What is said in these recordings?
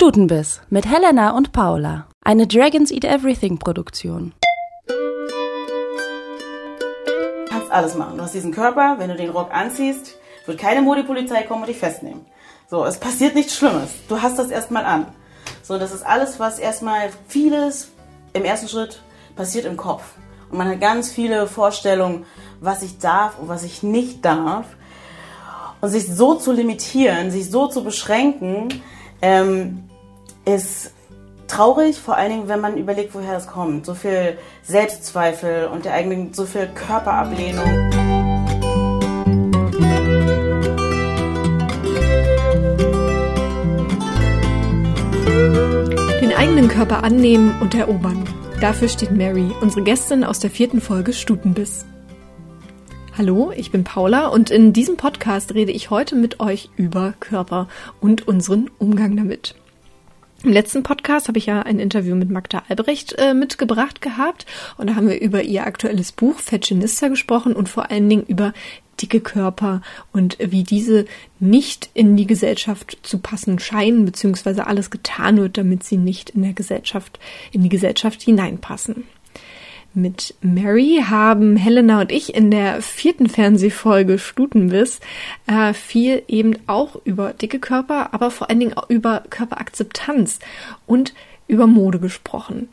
Stutenbiss mit Helena und Paula. Eine Dragons Eat Everything Produktion. Du kannst alles machen. Du hast diesen Körper, wenn du den Rock anziehst, wird keine Modepolizei kommen und dich festnehmen. So, es passiert nichts Schlimmes. Du hast das erstmal an. So, das ist alles, was erstmal vieles im ersten Schritt passiert im Kopf. Und man hat ganz viele Vorstellungen, was ich darf und was ich nicht darf. Und sich so zu limitieren, sich so zu beschränken, ist traurig, vor allen Dingen, wenn man überlegt, woher das kommt. So viel Selbstzweifel und der eigenen, so viel Körperablehnung. Den eigenen Körper annehmen und erobern. Dafür steht Mary, unsere Gästin aus der 4. Folge Stutenbiss. Hallo, ich bin Paula und in diesem Podcast rede ich heute mit euch über Körper und unseren Umgang damit. Im letzten Podcast habe ich ja ein Interview mit Magda Albrecht mitgebracht gehabt und da haben wir über ihr aktuelles Buch Fashionista gesprochen und vor allen Dingen über dicke Körper und wie diese nicht in die Gesellschaft zu passen scheinen, beziehungsweise alles getan wird, damit sie nicht in die Gesellschaft hineinpassen. Mit Mary haben Helena und ich in der 4. Fernsehfolge Stutenbiss viel eben auch über dicke Körper, aber vor allen Dingen auch über Körperakzeptanz und über Mode gesprochen.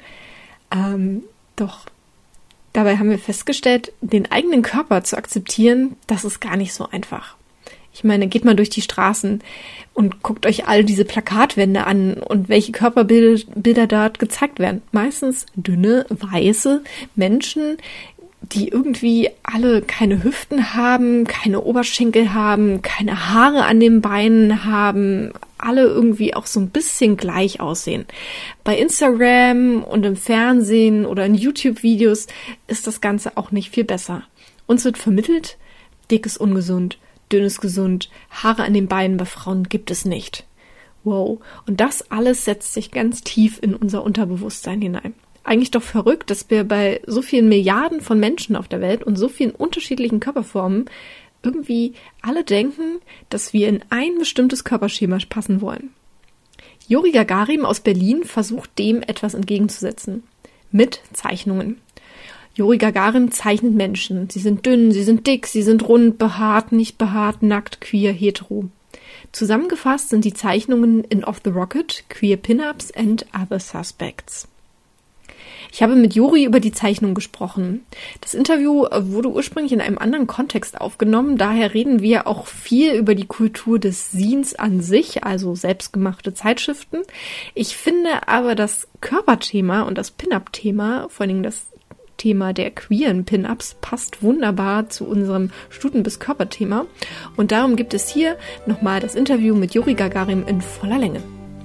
Doch dabei haben wir festgestellt, den eigenen Körper zu akzeptieren, das ist gar nicht so einfach. Ich meine, geht mal durch die Straßen und guckt euch all diese Plakatwände an und welche Körperbilder dort gezeigt werden. Meistens dünne, weiße Menschen, die irgendwie alle keine Hüften haben, keine Oberschenkel haben, keine Haare an den Beinen haben, alle irgendwie auch so ein bisschen gleich aussehen. Bei Instagram und im Fernsehen oder in YouTube-Videos ist das Ganze auch nicht viel besser. Uns wird vermittelt, dick ist ungesund, dünn ist gesund, Haare an den Beinen bei Frauen gibt es nicht. Wow. Und das alles setzt sich ganz tief in unser Unterbewusstsein hinein. Eigentlich doch verrückt, dass wir bei so vielen Milliarden von Menschen auf der Welt und so vielen unterschiedlichen Körperformen irgendwie alle denken, dass wir in ein bestimmtes Körperschema passen wollen. Juri Gagarin aus Berlin versucht dem etwas entgegenzusetzen. Mit Zeichnungen. Juri Gagarin zeichnet Menschen. Sie sind dünn, sie sind dick, sie sind rund, behaart, nicht behaart, nackt, queer, hetero. Zusammengefasst sind die Zeichnungen in Off the Rocket, Queer Pin-Ups and Other Suspects. Ich habe mit Juri über die Zeichnung gesprochen. Das Interview wurde ursprünglich in einem anderen Kontext aufgenommen, daher reden wir auch viel über die Kultur des Zines an sich, also selbstgemachte Zeitschriften. Ich finde aber das Körperthema und das Pin-Up-Thema, vor allem das Thema der queeren Pin-Ups, passt wunderbar zu unserem Stutenbiss-Körperthema. Und darum gibt es hier nochmal das Interview mit Juri Gagarin in voller Länge.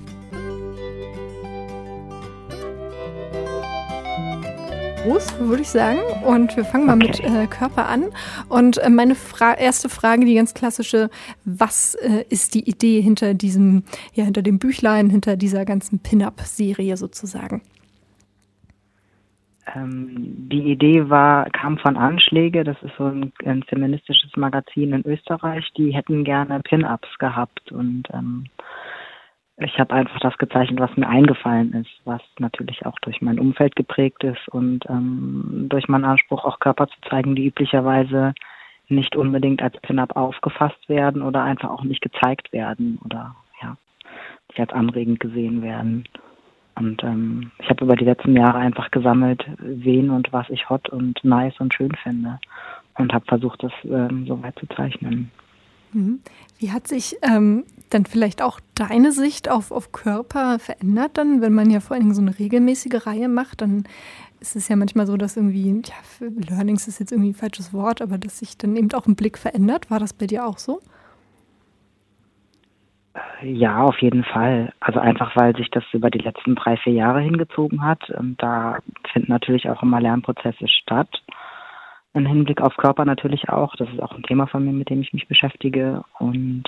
Los, würde ich sagen. Und wir fangen mal mit Körper an. Und meine erste Frage, die ganz klassische: Was ist die Idee hinter diesem, hinter dem Büchlein, hinter dieser ganzen Pin-Up-Serie sozusagen? Die Idee kam von Anschläge, das ist so ein feministisches Magazin in Österreich, die hätten gerne Pin-Ups gehabt und ich habe einfach das gezeichnet, was mir eingefallen ist, was natürlich auch durch mein Umfeld geprägt ist und durch meinen Anspruch, auch Körper zu zeigen, die üblicherweise nicht unbedingt als Pin-Up aufgefasst werden oder einfach auch nicht gezeigt werden oder nicht als anregend gesehen werden. Und ich habe über die letzten Jahre einfach gesammelt, wen und was ich hot und nice und schön finde und habe versucht, das so weit zu zeichnen. Wie hat sich dann vielleicht auch deine Sicht auf Körper verändert dann, wenn man ja vor allen Dingen so eine regelmäßige Reihe macht, dann ist es ja manchmal so, dass irgendwie, Learnings ist jetzt irgendwie ein falsches Wort, aber dass sich dann eben auch ein Blick verändert. War das bei dir auch so? Ja, auf jeden Fall. Also einfach, weil sich das über die letzten 3-4 Jahre hingezogen hat. Und da finden natürlich auch immer Lernprozesse statt. Im Hinblick auf Körper natürlich auch. Das ist auch ein Thema von mir, mit dem ich mich beschäftige. Und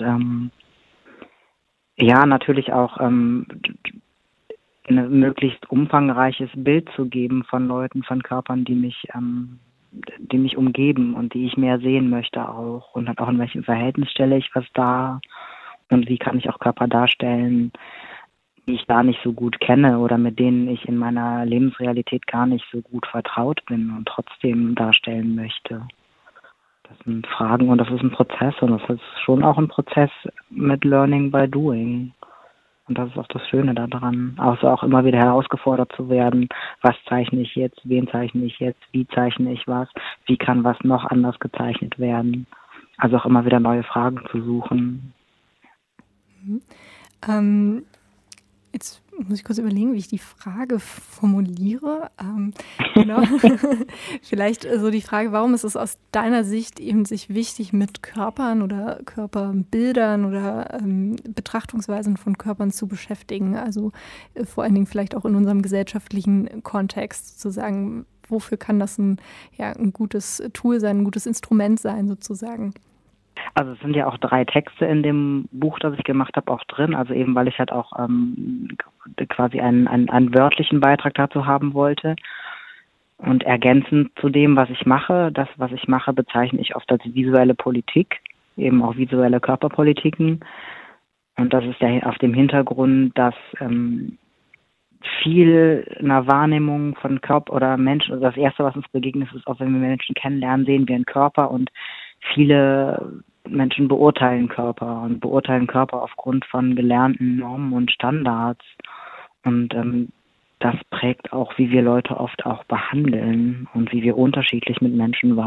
natürlich auch ein möglichst umfangreiches Bild zu geben von Leuten, von Körpern, die mich umgeben und die ich mehr sehen möchte auch. Und auch in welchem Verhältnis stelle ich was dar. Und wie kann ich auch Körper darstellen, die ich gar nicht so gut kenne oder mit denen ich in meiner Lebensrealität gar nicht so gut vertraut bin und trotzdem darstellen möchte. Das sind Fragen und das ist ein Prozess und das ist schon auch ein Prozess mit Learning by Doing. Und das ist auch das Schöne daran, also auch immer wieder herausgefordert zu werden, was zeichne ich jetzt, wen zeichne ich jetzt, wie zeichne ich was, wie kann was noch anders gezeichnet werden. Also auch immer wieder neue Fragen zu suchen. Jetzt muss ich kurz überlegen, wie ich die Frage formuliere. Genau. Vielleicht so die Frage, warum ist es aus deiner Sicht eben sich wichtig, mit Körpern oder Körperbildern oder Betrachtungsweisen von Körpern zu beschäftigen? Also vor allen Dingen vielleicht auch in unserem gesellschaftlichen Kontext sozusagen. Wofür kann das ein gutes Tool sein, ein gutes Instrument sein sozusagen? Also es sind ja auch 3 Texte in dem Buch, das ich gemacht habe, auch drin. Also eben, weil ich halt auch quasi einen wörtlichen Beitrag dazu haben wollte. Und ergänzend zu dem, was ich mache, das, was ich mache, bezeichne ich oft als visuelle Politik, eben auch visuelle Körperpolitiken. Und das ist ja auf dem Hintergrund, dass viel einer Wahrnehmung von Körper oder Menschen, also das Erste, was uns begegnet, ist auch, wenn wir Menschen kennenlernen, sehen wir einen Körper und viele Menschen beurteilen Körper aufgrund von gelernten Normen und Standards. Und das prägt auch, wie wir Leute oft auch behandeln und wie wir unterschiedlich mit Menschen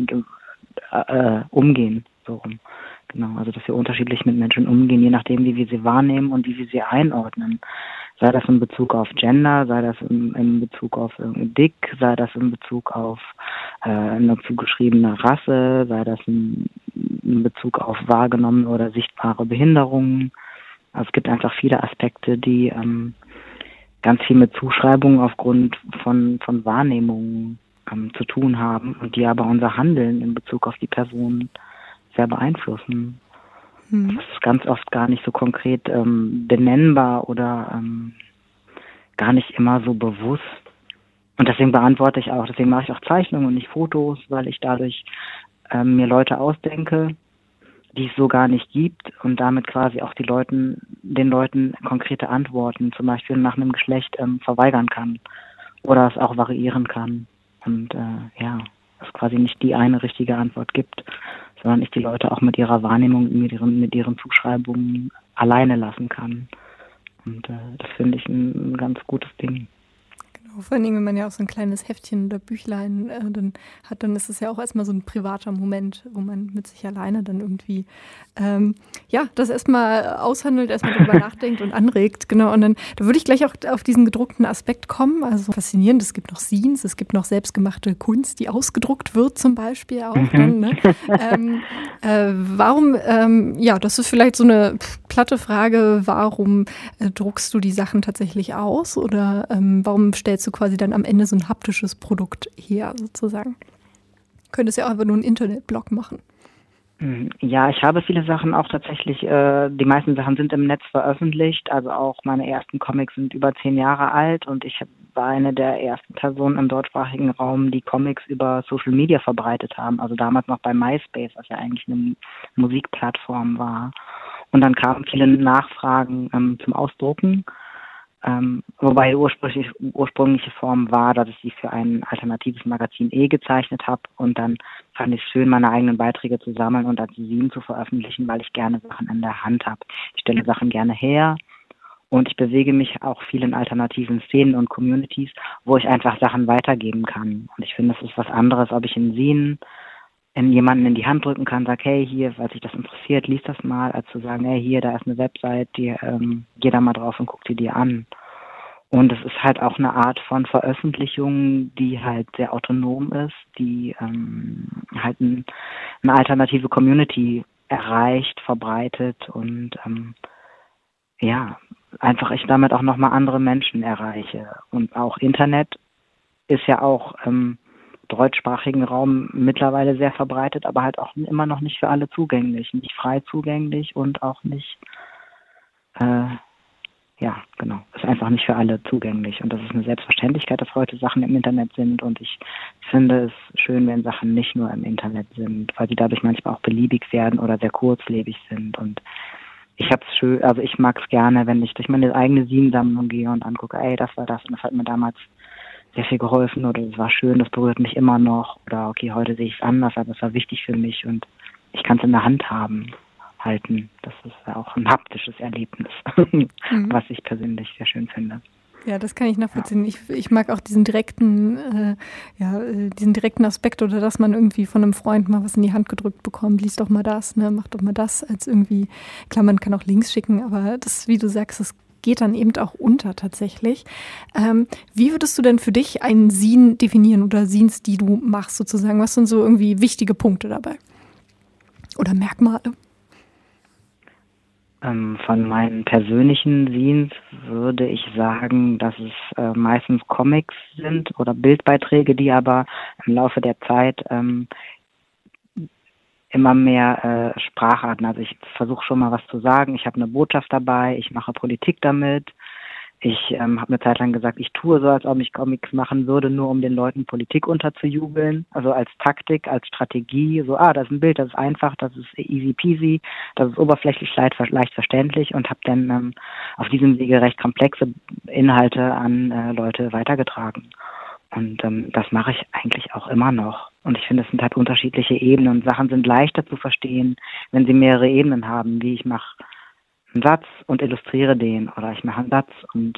umgehen. So rum. Genau, also dass wir unterschiedlich mit Menschen umgehen, je nachdem, wie wir sie wahrnehmen und wie wir sie einordnen. Sei das in Bezug auf Gender, sei das in Bezug auf dick, sei das in Bezug auf eine zugeschriebene Rasse, sei das in Bezug auf wahrgenommene oder sichtbare Behinderungen. Also es gibt einfach viele Aspekte, die ganz viel mit Zuschreibungen aufgrund von Wahrnehmungen zu tun haben und die aber unser Handeln in Bezug auf die Person sehr beeinflussen. Das ist ganz oft gar nicht so konkret benennbar oder gar nicht immer so bewusst. Und deswegen mache ich auch Zeichnungen und nicht Fotos, weil ich dadurch mir Leute ausdenke, die es so gar nicht gibt und damit quasi auch den Leuten konkrete Antworten, zum Beispiel nach einem Geschlecht, verweigern kann oder es auch variieren kann. Und es quasi nicht die eine richtige Antwort gibt, sondern ich die Leute auch mit ihrer Wahrnehmung, mit ihren Zuschreibungen alleine lassen kann. Und das finde ich ein ganz gutes Ding. Genau, vor allen Dingen, wenn man ja auch so ein kleines Heftchen oder Büchlein dann hat, dann ist es ja auch erstmal so ein privater Moment, wo man mit sich alleine dann irgendwie das erstmal aushandelt, erstmal drüber nachdenkt und anregt. Genau, und dann da würde ich gleich auch auf diesen gedruckten Aspekt kommen. Also faszinierend, es gibt noch Zines, es gibt noch selbstgemachte Kunst, die ausgedruckt wird zum Beispiel auch dann. Ne? Warum, das ist vielleicht so eine platte Frage, warum druckst du die Sachen tatsächlich aus oder warum stellst du quasi dann am Ende so ein haptisches Produkt her sozusagen? Könntest ja auch einfach nur einen Internetblog machen. Ja, ich habe viele Sachen auch tatsächlich, die meisten Sachen sind im Netz veröffentlicht, also auch meine ersten Comics sind über 10 Jahre alt und ich war eine der ersten Personen im deutschsprachigen Raum, die Comics über Social Media verbreitet haben, also damals noch bei MySpace, was ja eigentlich eine Musikplattform war. Und dann kamen viele Nachfragen zum Ausdrucken, wobei die ursprüngliche Form war, dass ich sie für ein alternatives Magazin gezeichnet habe und dann fand ich es schön, meine eigenen Beiträge zu sammeln und als Zine zu veröffentlichen, weil ich gerne Sachen in der Hand habe. Ich stelle Sachen gerne her und ich bewege mich auch viel in alternativen Szenen und Communities, wo ich einfach Sachen weitergeben kann. Und ich finde, es ist was anderes, ob ich in Zine jemanden in die Hand drücken kann, sag, hey, hier, falls dich das interessiert, lies das mal, als zu sagen, hey, hier, da ist eine Website, geh da mal drauf und guck die dir an. Und es ist halt auch eine Art von Veröffentlichung, die halt sehr autonom ist, die halt eine alternative Community erreicht, verbreitet und einfach ich damit auch nochmal andere Menschen erreiche. Und auch Internet ist ja auch deutschsprachigen Raum mittlerweile sehr verbreitet, aber halt auch immer noch nicht für alle zugänglich, nicht frei zugänglich und auch nicht, ist einfach nicht für alle zugänglich und das ist eine Selbstverständlichkeit, dass heute Sachen im Internet sind und ich finde es schön, wenn Sachen nicht nur im Internet sind, weil sie dadurch manchmal auch beliebig werden oder sehr kurzlebig sind und ich hab's schön, also ich mag's gerne, wenn ich durch meine eigene Sin-Sammlung gehe und angucke, ey, das war das und das hat mir damals sehr viel geholfen oder das war schön, das berührt mich immer noch oder okay, heute sehe ich es anders, aber es war wichtig für mich und ich kann es in der Hand halten. Das ist ja auch ein haptisches Erlebnis, was ich persönlich sehr schön finde. Ja, das kann ich nachvollziehen. Ja. Ich mag auch diesen direkten Aspekt oder dass man irgendwie von einem Freund mal was in die Hand gedrückt bekommt. Lies doch mal das, ne, mach doch mal das, als irgendwie, klar, man kann auch Links schicken, aber das, wie du sagst, das geht dann eben auch unter tatsächlich. Wie würdest du denn für dich einen Zine definieren oder Zines, die du machst sozusagen? Was sind so irgendwie wichtige Punkte dabei? Oder Merkmale? Von meinen persönlichen Zines würde ich sagen, dass es meistens Comics sind oder Bildbeiträge, die aber im Laufe der Zeit immer mehr Spracharten. Also ich versuche schon mal was zu sagen. Ich habe eine Botschaft dabei, ich mache Politik damit. Ich habe eine Zeit lang gesagt, ich tue so, als ob ich Comics machen würde, nur um den Leuten Politik unterzujubeln. Also als Taktik, als Strategie. So, das ist ein Bild, das ist einfach, das ist easy peasy, das ist oberflächlich leicht verständlich und habe dann auf diesem Wege recht komplexe Inhalte an Leute weitergetragen. Und das mache ich eigentlich auch immer noch. Und ich finde, es sind halt unterschiedliche Ebenen und Sachen sind leichter zu verstehen, wenn sie mehrere Ebenen haben, wie ich mache einen Satz und illustriere den oder ich mache einen Satz und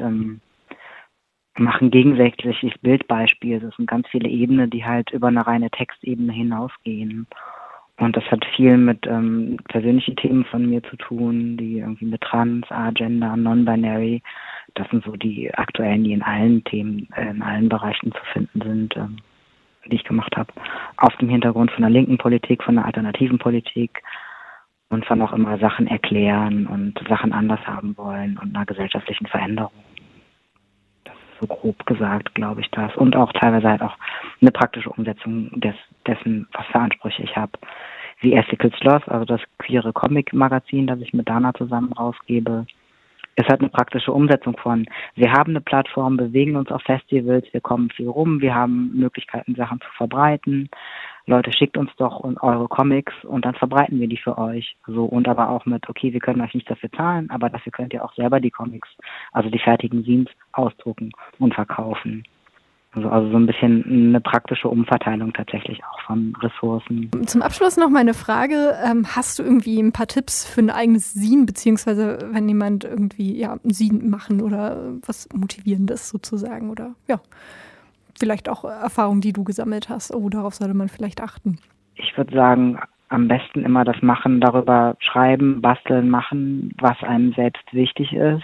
mache ein gegensätzliches Bildbeispiel. Das sind ganz viele Ebenen, die halt über eine reine Textebene hinausgehen. Und das hat viel mit persönlichen Themen von mir zu tun, die irgendwie mit Trans, Agender, Non-Binary. Das sind so die aktuellen, die in allen Themen, in allen Bereichen zu finden sind, die ich gemacht habe. Auf dem Hintergrund von der linken Politik, von der alternativen Politik und von auch immer Sachen erklären und Sachen anders haben wollen und einer gesellschaftlichen Veränderung. Das ist so grob gesagt, glaube ich, das. Und auch teilweise halt auch eine praktische Umsetzung dessen, was für Ansprüche ich habe. Wie Ethical Sloth, also das queere Comic-Magazin, das ich mit Dana zusammen rausgebe, ist halt eine praktische Umsetzung von, wir haben eine Plattform, bewegen uns auf Festivals, wir kommen viel rum, wir haben Möglichkeiten, Sachen zu verbreiten. Leute, schickt uns doch eure Comics und dann verbreiten wir die für euch. So, und aber auch mit, okay, wir können euch nicht dafür zahlen, aber dafür könnt ihr auch selber die Comics, also die fertigen Zines, ausdrucken und verkaufen. Also so ein bisschen eine praktische Umverteilung tatsächlich auch von Ressourcen. Zum Abschluss noch meine Frage, hast du irgendwie ein paar Tipps für ein eigenes Zine, beziehungsweise wenn jemand irgendwie ein Zine machen oder was Motivierendes sozusagen oder vielleicht auch Erfahrungen, die du gesammelt hast. Oh, darauf sollte man vielleicht achten. Ich würde sagen, am besten immer das machen, darüber schreiben, basteln, machen, was einem selbst wichtig ist.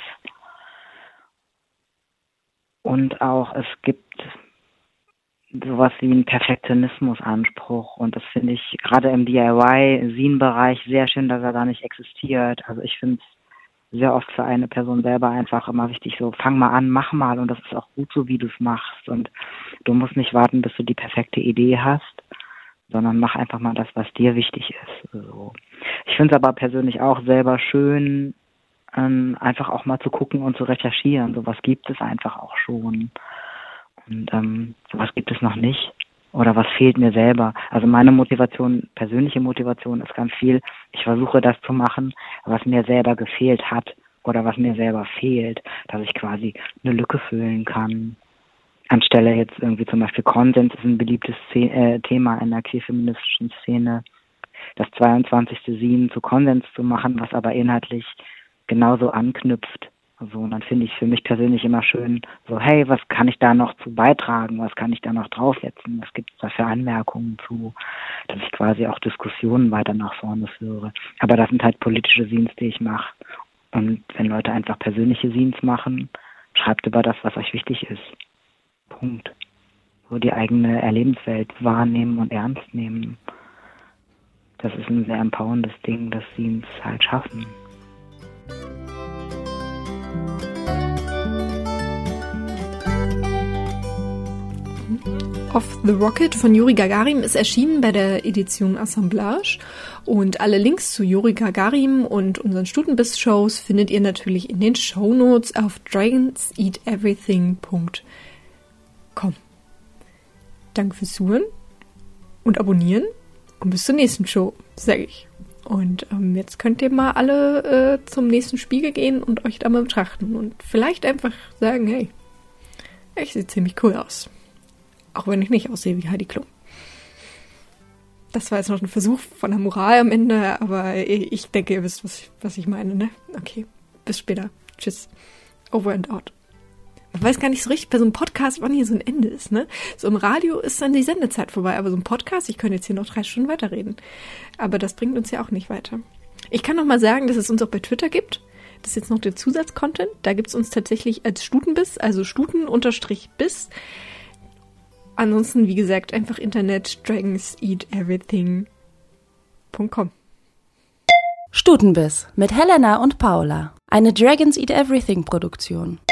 Und auch, es gibt sowas wie einen Perfektionismusanspruch. Und das finde ich gerade im DIY-Zine-Bereich sehr schön, dass er da nicht existiert. Also ich finde es sehr oft für eine Person selber einfach immer wichtig, so fang mal an, mach mal und das ist auch gut so, wie du es machst. Und du musst nicht warten, bis du die perfekte Idee hast, sondern mach einfach mal das, was dir wichtig ist. So. Ich finde es aber persönlich auch selber schön, einfach auch mal zu gucken und zu recherchieren. Sowas gibt es einfach auch schon. Und sowas gibt es noch nicht. Oder was fehlt mir selber? Also meine Motivation, persönliche Motivation ist ganz viel, ich versuche das zu machen, was mir selber gefehlt hat oder was mir selber fehlt, dass ich quasi eine Lücke füllen kann. Anstelle jetzt irgendwie zum Beispiel Konsens ist ein beliebtes Thema in der queer-feministischen Szene, das 22. Zine zu Konsens zu machen, was aber inhaltlich genauso anknüpft. Also, und dann finde ich für mich persönlich immer schön, so, hey, was kann ich da noch zu beitragen? Was kann ich da noch draufsetzen? Was gibt es da für Anmerkungen zu? Dass ich quasi auch Diskussionen weiter nach vorne führe. Aber das sind halt politische Zines, die ich mache. Und wenn Leute einfach persönliche Zines machen, schreibt über das, was euch wichtig ist. Punkt. So die eigene Erlebenswelt wahrnehmen und ernst nehmen. Das ist ein sehr empowerndes Ding, das Zines halt schaffen. Off the Rocket von Juri Gagarin ist erschienen bei der Edition Assemblage und alle Links zu Juri Gagarin und unseren Stutenbiss-Shows findet ihr natürlich in den Shownotes auf dragonseateverything.com. Danke fürs Zuhören und Abonnieren und bis zur nächsten Show, sage ich. Und jetzt könnt ihr mal alle zum nächsten Spiegel gehen und euch da mal betrachten. Und vielleicht einfach sagen, hey, ich sehe ziemlich cool aus. Auch wenn ich nicht aussehe wie Heidi Klum. Das war jetzt noch ein Versuch von der Moral am Ende, aber ich denke, ihr wisst, was ich meine, ne? Okay, bis später. Tschüss. Over and out. Man weiß gar nicht so richtig bei so einem Podcast, wann hier so ein Ende ist, ne? So im Radio ist dann die Sendezeit vorbei, aber so ein Podcast, ich könnte jetzt hier noch 3 Stunden weiterreden. Aber das bringt uns ja auch nicht weiter. Ich kann noch mal sagen, dass es uns auch bei Twitter gibt. Das ist jetzt noch der Zusatzcontent. Da gibt es uns tatsächlich als Stutenbiss, also Stuten_Biss. Ansonsten, wie gesagt, einfach Internet, dragonseateverything.com. Stutenbiss mit Helena und Paula. Eine Dragons Eat Everything Produktion.